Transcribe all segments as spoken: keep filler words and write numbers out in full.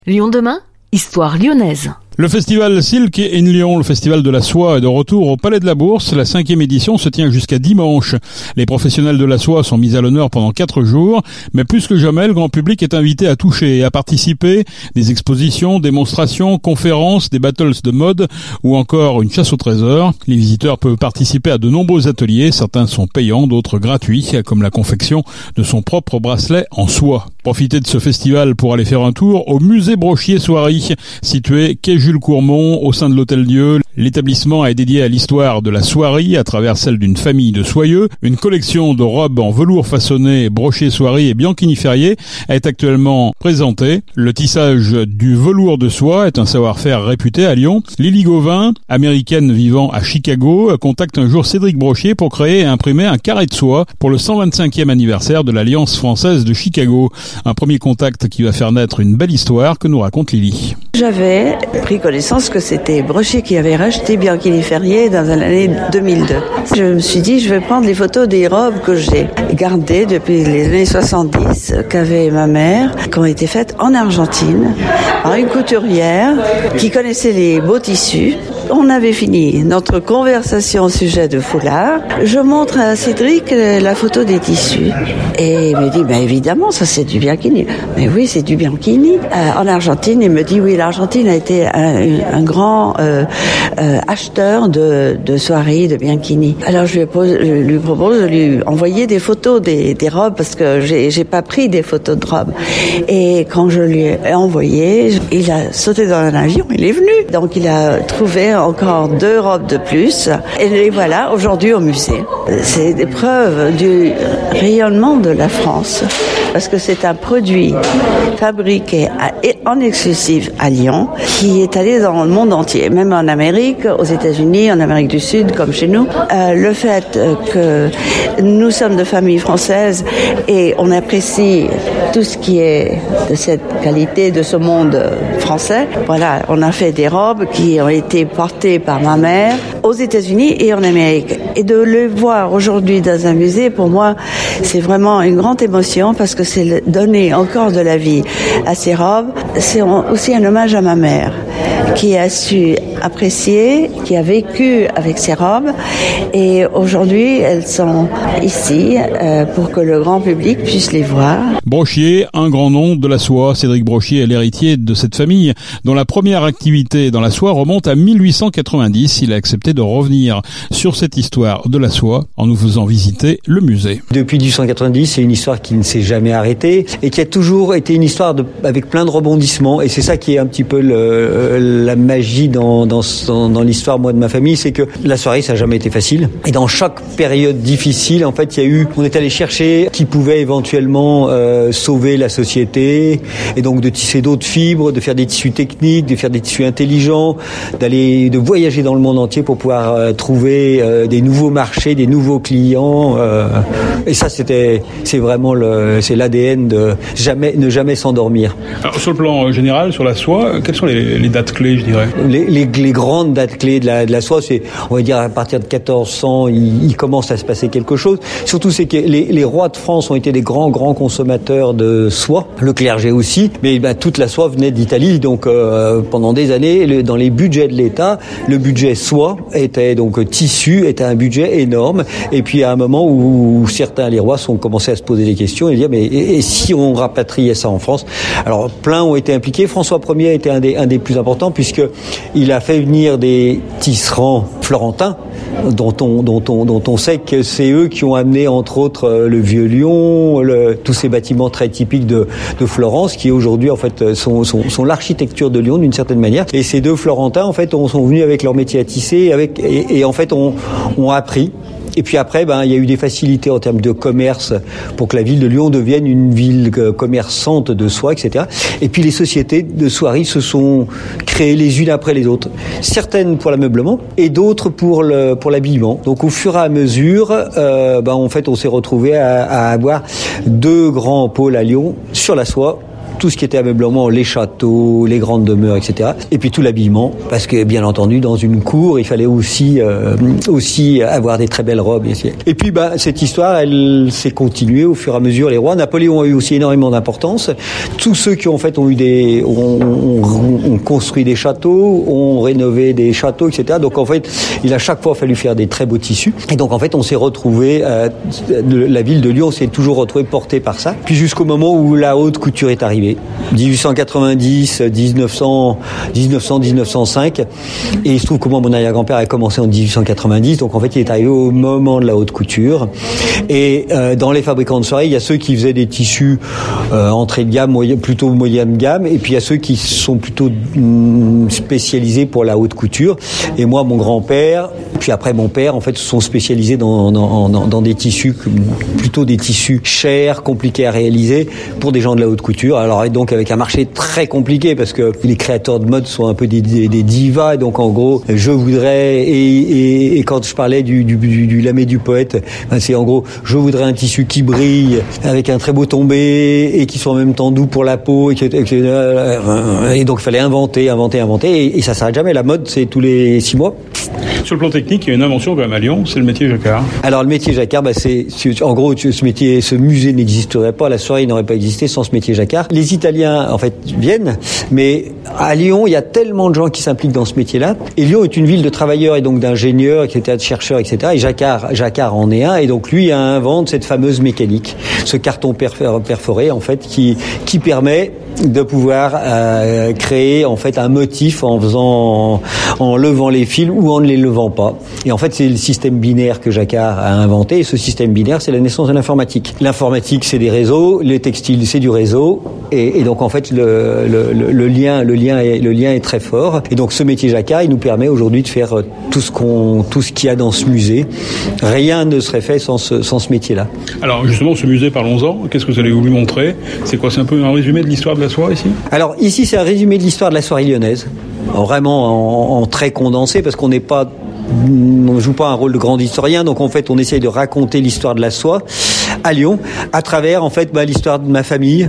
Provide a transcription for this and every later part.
Lyon demain, histoire lyonnaise. Le festival Silk in Lyon, le festival de la soie, est de retour au Palais de la Bourse. La cinquième édition se tient jusqu'à dimanche. Les professionnels de la soie sont mis à l'honneur pendant quatre jours, mais plus que jamais, le grand public est invité à toucher et à participer. Des expositions, démonstrations, conférences, des battles de mode ou encore une chasse au trésor. Les visiteurs peuvent participer à de nombreux ateliers. Certains sont payants, d'autres gratuits, comme la confection de son propre bracelet en soie. Profitez de ce festival pour aller faire un tour au musée Brochier-Soieries, situé quai Jules Courmont, au sein de l'Hôtel-Dieu. L'établissement est dédié à l'histoire de la soierie à travers celle d'une famille de soyeux. Une collection de robes en velours façonné Brochier-Soieries et Bianchini-Ferrier est actuellement présentée. Le tissage du velours de soie est un savoir-faire réputé à Lyon. Lily Gauvin, américaine vivant à Chicago, contacte un jour Cédric Brochier pour créer et imprimer un carré de soie pour le cent vingt-cinquième anniversaire de l'Alliance française de Chicago. Un premier contact qui va faire naître une belle histoire que nous raconte Lily. J'avais pris connaissance que c'était Brochier qui avait racheté Bianchini-Ferrier dans l'année deux mille deux. Je me suis dit, je vais prendre les photos des robes que j'ai gardées depuis les années soixante-dix, qu'avait ma mère, qui ont été faites en Argentine par une couturière qui connaissait les beaux tissus. On avait fini notre conversation au sujet de foulard. Je montre à Cédric la photo des tissus. Et il me dit, ben évidemment, ça c'est du Bianchini. Mais oui, c'est du Bianchini. Euh, en Argentine, il me dit, oui, l'Argentine a été un, un grand euh, euh, acheteur de, de soieries, de Bianchini. Alors je lui, pose, je lui propose de lui envoyer des photos des, des robes, parce que j'ai, j'ai pas pris des photos de robes. Et quand je lui ai envoyé, il a sauté dans un avion, il est venu. Donc il a trouvé encore deux robes de plus. Et les voilà aujourd'hui au musée. C'est des preuves du rayonnement de la France, parce que c'est un produit fabriqué à, en exclusif à Lyon, qui est allé dans le monde entier, même en Amérique, aux États-Unis, en Amérique du Sud, comme chez nous. Euh, le fait que nous sommes de famille française et on apprécie tout ce qui est de cette qualité, de ce monde français. Voilà, on a fait des robes qui ont été portées par ma mère aux États-Unis et en Amérique. Et de le voir aujourd'hui dans un musée, pour moi, c'est vraiment une grande émotion, parce que c'est donner encore de la vie à ces robes. C'est aussi un hommage à ma mère, qui a su apprécier, qui a vécu avec ces robes. Et aujourd'hui, elles sont ici euh, pour que le grand public puisse les voir. Brochier, un grand nom de la soie. Cédric Brochier est l'héritier de cette famille, dont la première activité dans la soie remonte à mille huit cent quatre-vingt-dix. Il a accepté de revenir sur cette histoire de la soie en nous faisant visiter le musée. Depuis mille huit cent quatre-vingt-dix, c'est une histoire qui ne s'est jamais arrêtée et qui a toujours été une histoire de, avec plein de rebondissements. Et c'est ça qui est un petit peu le, la magie dans, dans, dans l'histoire, moi, de ma famille, c'est que la soierie, ça n'a jamais été facile. Et dans chaque période difficile, en fait, il y a eu, on est allé chercher qui pouvait éventuellement euh, sauver la société, et donc de tisser d'autres fibres, de faire des tissus techniques, de faire des tissus intelligents, d'aller, de voyager dans le monde entier pour pouvoir euh, trouver euh, des nouveaux marchés, des nouveaux clients. Euh, et ça, c'était, c'est vraiment le, c'est l'A D N de jamais, ne jamais s'endormir. Alors, sur le plan général, sur la soie, quelles sont les, les dates clés, je dirais? Les, les, les grandes dates clés de la, de la soie, c'est, on va dire, à partir de quatorze cents, il, il commence à se passer quelque chose. Surtout, c'est que les, les rois de France ont été des grands, grands consommateurs de soie. Le clergé aussi. Mais ben, toute la soie venait d'Italie. Donc, euh, pendant des années, le, dans les budgets de l'État, le budget soie était, donc, tissu, était un budget énorme. Et puis, à un moment où, où certains, les rois, sont commencés à se poser des questions et dire, mais, et, et si on rapatriait ça en France? Alors, plein ont été impliqués. François Ier a été un des, un des plus importants, puisque il a fait venir des tisserands florentins, dont on, dont on, dont on sait que c'est eux qui ont amené, entre autres, le Vieux Lyon, le, tous ces bâtiments très typiques de, de Florence, qui aujourd'hui, en fait, sont, sont, sont l'architecture de Lyon, d'une certaine manière. Et ces deux Florentins, en fait, on, sont venus avec leur métier à tisser, avec, et, et en fait, on, on a appris. Et puis après, ben, il y a eu des facilités en termes de commerce pour que la ville de Lyon devienne une ville commerçante de soie, et cetera. Et puis les sociétés de soierie se sont créées les unes après les autres. Certaines pour l'ameublement et d'autres pour le, pour l'habillement. Donc au fur et à mesure, euh, ben, en fait, on s'est retrouvé à, à avoir deux grands pôles à Lyon sur la soie, tout ce qui était ameublement, les châteaux, les grandes demeures, et cetera. Et puis tout l'habillement, parce que bien entendu, dans une cour, il fallait aussi euh, aussi avoir des très belles robes. Et puis bah, cette histoire, elle s'est continuée au fur et à mesure. Les rois, Napoléon a eu aussi énormément d'importance. Tous ceux qui en fait ont eu des, ont, ont, ont construit des châteaux, ont rénové des châteaux, et cetera. Donc en fait, il a chaque fois fallu faire des très beaux tissus. Et donc en fait, on s'est retrouvé, euh, la ville de Lyon s'est toujours retrouvée portée par ça. Puis jusqu'au moment où la haute couture est arrivée, dix-huit cent quatre-vingt-dix, dix-neuf cents, dix-neuf cents, dix-neuf cent cinq. Et il se trouve que moi, mon arrière-grand-père a commencé en dix-huit cent quatre-vingt-dix. Donc en fait, il est arrivé au moment de la haute couture. Et euh, dans les fabricants de soirée, il y a ceux qui faisaient des tissus euh, entrée de gamme, moyen, plutôt moyenne gamme. Et puis il y a ceux qui sont plutôt hum, spécialisés pour la haute couture. Et moi, mon grand-père, puis après mon père, en fait, se sont spécialisés dans, dans, dans, dans des tissus, plutôt des tissus chers, compliqués à réaliser pour des gens de la haute couture. Alors, et donc avec un marché très compliqué parce que les créateurs de mode sont un peu des, des, des divas. Et donc, en gros, je voudrais, et, et, et quand je parlais du, du, du, du lamé du poète, ben c'est en gros, je voudrais un tissu qui brille avec un très beau tombé et qui soit en même temps doux pour la peau. Et, et, et donc, il fallait inventer, inventer, inventer. Et, et ça s'arrête jamais. La mode, c'est tous les six mois. Sur le plan technique, il y a une invention quand même à Lyon, c'est le métier jacquard. Alors le métier jacquard, bah, c'est en gros ce métier, ce musée n'existerait pas, la soirée n'aurait pas existé sans ce métier jacquard. Les Italiens en fait viennent, mais à Lyon il y a tellement de gens qui s'impliquent dans ce métier-là. Et Lyon est une ville de travailleurs et donc d'ingénieurs, et cetera, de chercheurs, et cetera. Et Jacquard, Jacquard en est un, et donc lui invente cette fameuse mécanique, ce carton perforé en fait qui qui permet de pouvoir euh, créer en fait un motif en faisant en, en levant les fils ou en ne les levant pas. Et en fait, c'est le système binaire que Jacquard a inventé. Et ce système binaire, c'est la naissance de l'informatique. L'informatique, c'est des réseaux. Les textiles, c'est du réseau. Et, et donc, en fait, le, le, le, le lien, le lien, est, le lien est très fort. Et donc, ce métier Jacquard, il nous permet aujourd'hui de faire tout ce qu'on, tout ce qu'il y a dans ce musée. Rien ne serait fait sans ce, sans ce métier-là. Alors, justement, ce musée, parlons-en. Qu'est-ce que vous allez vous lui montrer ? C'est quoi ? C'est un peu un résumé de l'histoire de la soie ici ? Alors, ici, c'est un résumé de l'histoire de la soirée lyonnaise. Vraiment en, en très condensé, parce qu'on n'est pas, on ne joue pas un rôle de grand historien, donc en fait on essaye de raconter l'histoire de la soie à Lyon à travers en fait bah, l'histoire de ma famille.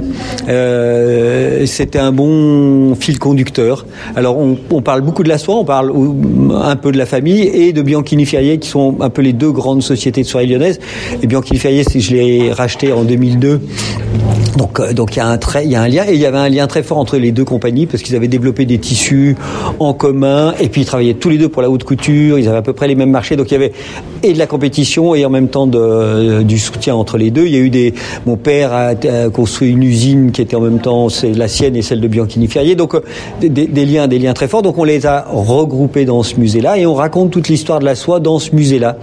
Euh, c'était un bon fil conducteur. Alors on, on parle beaucoup de la soie, on parle un peu de la famille et de Bianchini Ferrier qui sont un peu les deux grandes sociétés de soirée lyonnaise. Et Bianchini Ferrier, je l'ai racheté en deux mille deux. Donc, donc il y a un très, il y a un lien, et il y avait un lien très fort entre les deux compagnies parce qu'ils avaient développé des tissus en commun, et puis ils travaillaient tous les deux pour la haute couture. Ils avaient à peu près les mêmes marchés, donc il y avait et de la compétition et en même temps de, du soutien entre les deux. Il y a eu des, mon père a, a construit une usine qui était en même temps c'est la sienne et celle de Bianchini Ferrier, donc des, des liens, des liens très forts. Donc on les a regroupés dans ce musée-là et on raconte toute l'histoire de la soie dans ce musée-là.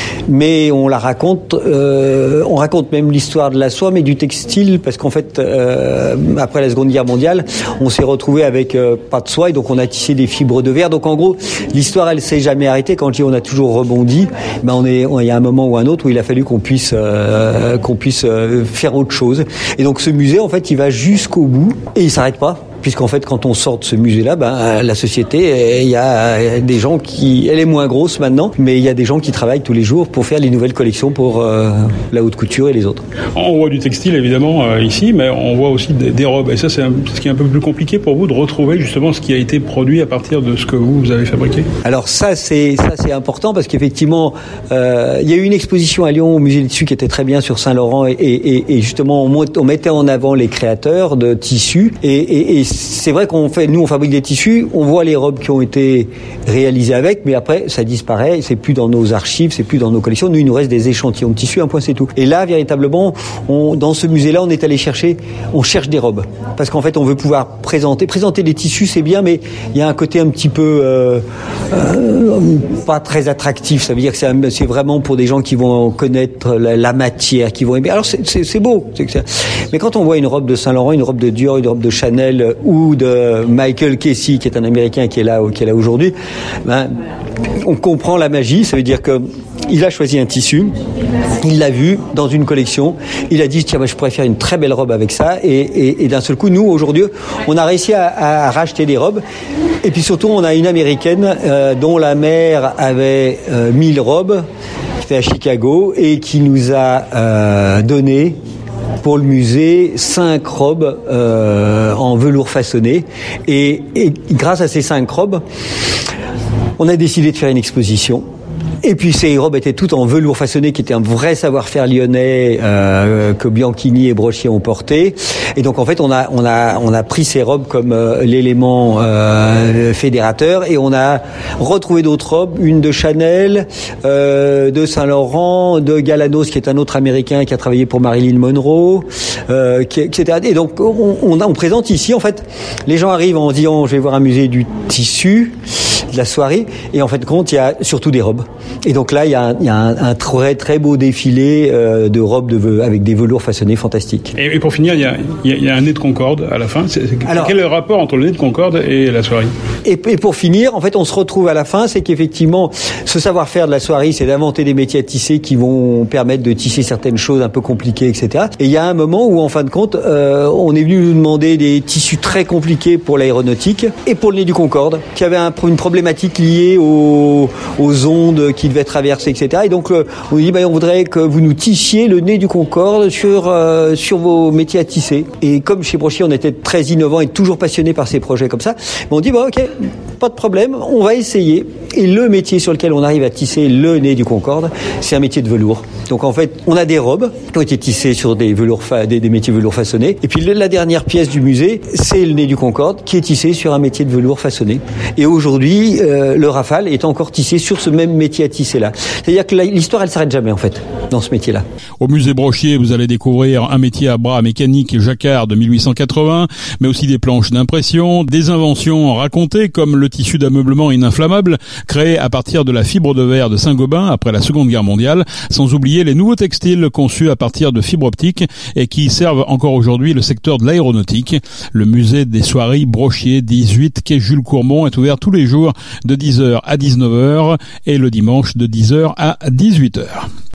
Mais on la raconte, euh, on raconte même l'histoire de la soie, mais du textile, parce qu'en fait, euh, après la Seconde Guerre mondiale, on s'est retrouvé avec euh, pas de soie, et donc on a tissé des fibres de verre. Donc en gros, l'histoire, elle s'est jamais arrêtée. Quand je dis on a toujours rebondi, ben on est, il y a un moment ou un autre où il a fallu qu'on puisse, euh, qu'on puisse euh, faire autre chose. Et donc ce musée, en fait, il va jusqu'au bout et il s'arrête pas. Puisqu'en fait, quand on sort de ce musée-là, ben, la société, il y a des gens qui... Elle est moins grosse maintenant, mais il y a des gens qui travaillent tous les jours pour faire les nouvelles collections pour euh, la haute couture et les autres. On voit du textile, évidemment, euh, ici, mais on voit aussi des, des robes. Et ça, c'est un, ce qui est un peu plus compliqué pour vous de retrouver justement ce qui a été produit à partir de ce que vous, vous avez fabriqué. Alors ça, c'est, ça, c'est important parce qu'effectivement, euh, il y a eu une exposition à Lyon au musée des tissus qui était très bien sur Saint-Laurent et, et, et justement, on, on mettait en avant les créateurs de tissus et, et, et c'est vrai qu'on fait, nous on fabrique des tissus, on voit les robes qui ont été réalisées avec, mais après ça disparaît, c'est plus dans nos archives, c'est plus dans nos collections. Nous il nous reste des échantillons de tissus, un point c'est tout. Et là véritablement, on, dans ce musée-là, on est allé chercher, on cherche des robes, parce qu'en fait on veut pouvoir présenter, présenter des tissus c'est bien, mais il y a un côté un petit peu euh, euh, pas très attractif. Ça veut dire que c'est, c'est vraiment pour des gens qui vont connaître la, la matière, qui vont aimer. Alors c'est, c'est, c'est beau, c'est que ça... mais quand on voit une robe de Saint-Laurent, une robe de Dior, une robe de Chanel ou de Michael Casey, qui est un Américain qui est là, qui est là aujourd'hui, ben, on comprend la magie. Ça veut dire que il a choisi un tissu, il l'a vu dans une collection, il a dit tiens, ben, je pourrais faire une très belle robe avec ça, et, et, et d'un seul coup, nous aujourd'hui, on a réussi à, à racheter des robes, et puis surtout, on a une Américaine euh, dont la mère avait euh, mille robes, c'était à Chicago, et qui nous a euh, donné pour le musée cinq robes euh, en velours façonné. Et, et grâce à ces cinq robes, on a décidé de faire une exposition. Et puis ces robes étaient toutes en velours façonné, qui était un vrai savoir-faire lyonnais euh, que Bianchini et Brochier ont porté. Et donc en fait, on a on a on a pris ces robes comme euh, l'élément euh, fédérateur, et on a retrouvé d'autres robes, une de Chanel, euh, de Saint-Laurent, de Galanos, qui est un autre Américain qui a travaillé pour Marilyn Monroe, euh, qui, et cetera. Et donc on, on, a, on présente ici, en fait, les gens arrivent en disant je vais voir un musée du tissu, de la soirée, et en fait compte il y a surtout des robes. Et donc là il y a un, il y a un, un très très beau défilé euh, de robes de, avec des velours façonnés fantastiques. Et, et pour finir, il y a, il y a, il y a un nez de Concorde à la fin. C'est, c'est, Alors, quel est le rapport entre le nez de Concorde et la soirée? et, et pour finir, en fait, on se retrouve à la fin, c'est qu'effectivement, ce savoir-faire de la soirée, c'est d'inventer des métiers à tisser qui vont permettre de tisser certaines choses un peu compliquées, et cetera. Et il y a un moment où, en fin de compte, euh, on est venu nous demander des tissus très compliqués pour l'aéronautique et pour le nez du Concorde, qui avait un, une problématique liée aux, aux ondes qui devaient traverser, et cetera. Et donc, euh, on dit, bah, on voudrait que vous nous tissiez le nez du Concorde sur euh, sur vos métiers à tisser. Et comme chez Brochier, on était très innovants et toujours passionnés par ces projets comme ça, on dit, bah, ok, pas de problème, on va essayer. Et le métier sur lequel on arrive à tisser le nez du Concorde, c'est un métier de velours. Donc en fait, on a des robes qui ont été tissées sur des velours fa- des, des métiers velours façonnés. Et puis la dernière pièce du musée, c'est le nez du Concorde qui est tissé sur un métier de velours façonné. Et aujourd'hui, euh, le Rafale est encore tissé sur ce même métier à tisser là. C'est-à-dire que la, l'histoire, elle s'arrête jamais en fait dans ce métier-là. Au musée Brochier, vous allez découvrir un métier à bras mécanique jacquard de mille huit cent quatre-vingts, mais aussi des planches d'impression, des inventions racontées comme le tissu d'ameublement ininflammable créé à partir de la fibre de verre de Saint-Gobain après la Seconde Guerre mondiale, sans oublier les nouveaux textiles conçus à partir de fibres optiques et qui servent encore aujourd'hui le secteur de l'aéronautique. Le musée des soirées Brochier, dix-huit quai Jules Courmont, est ouvert tous les jours de dix heures à dix-neuf heures et le dimanche de dix heures à dix-huit heures.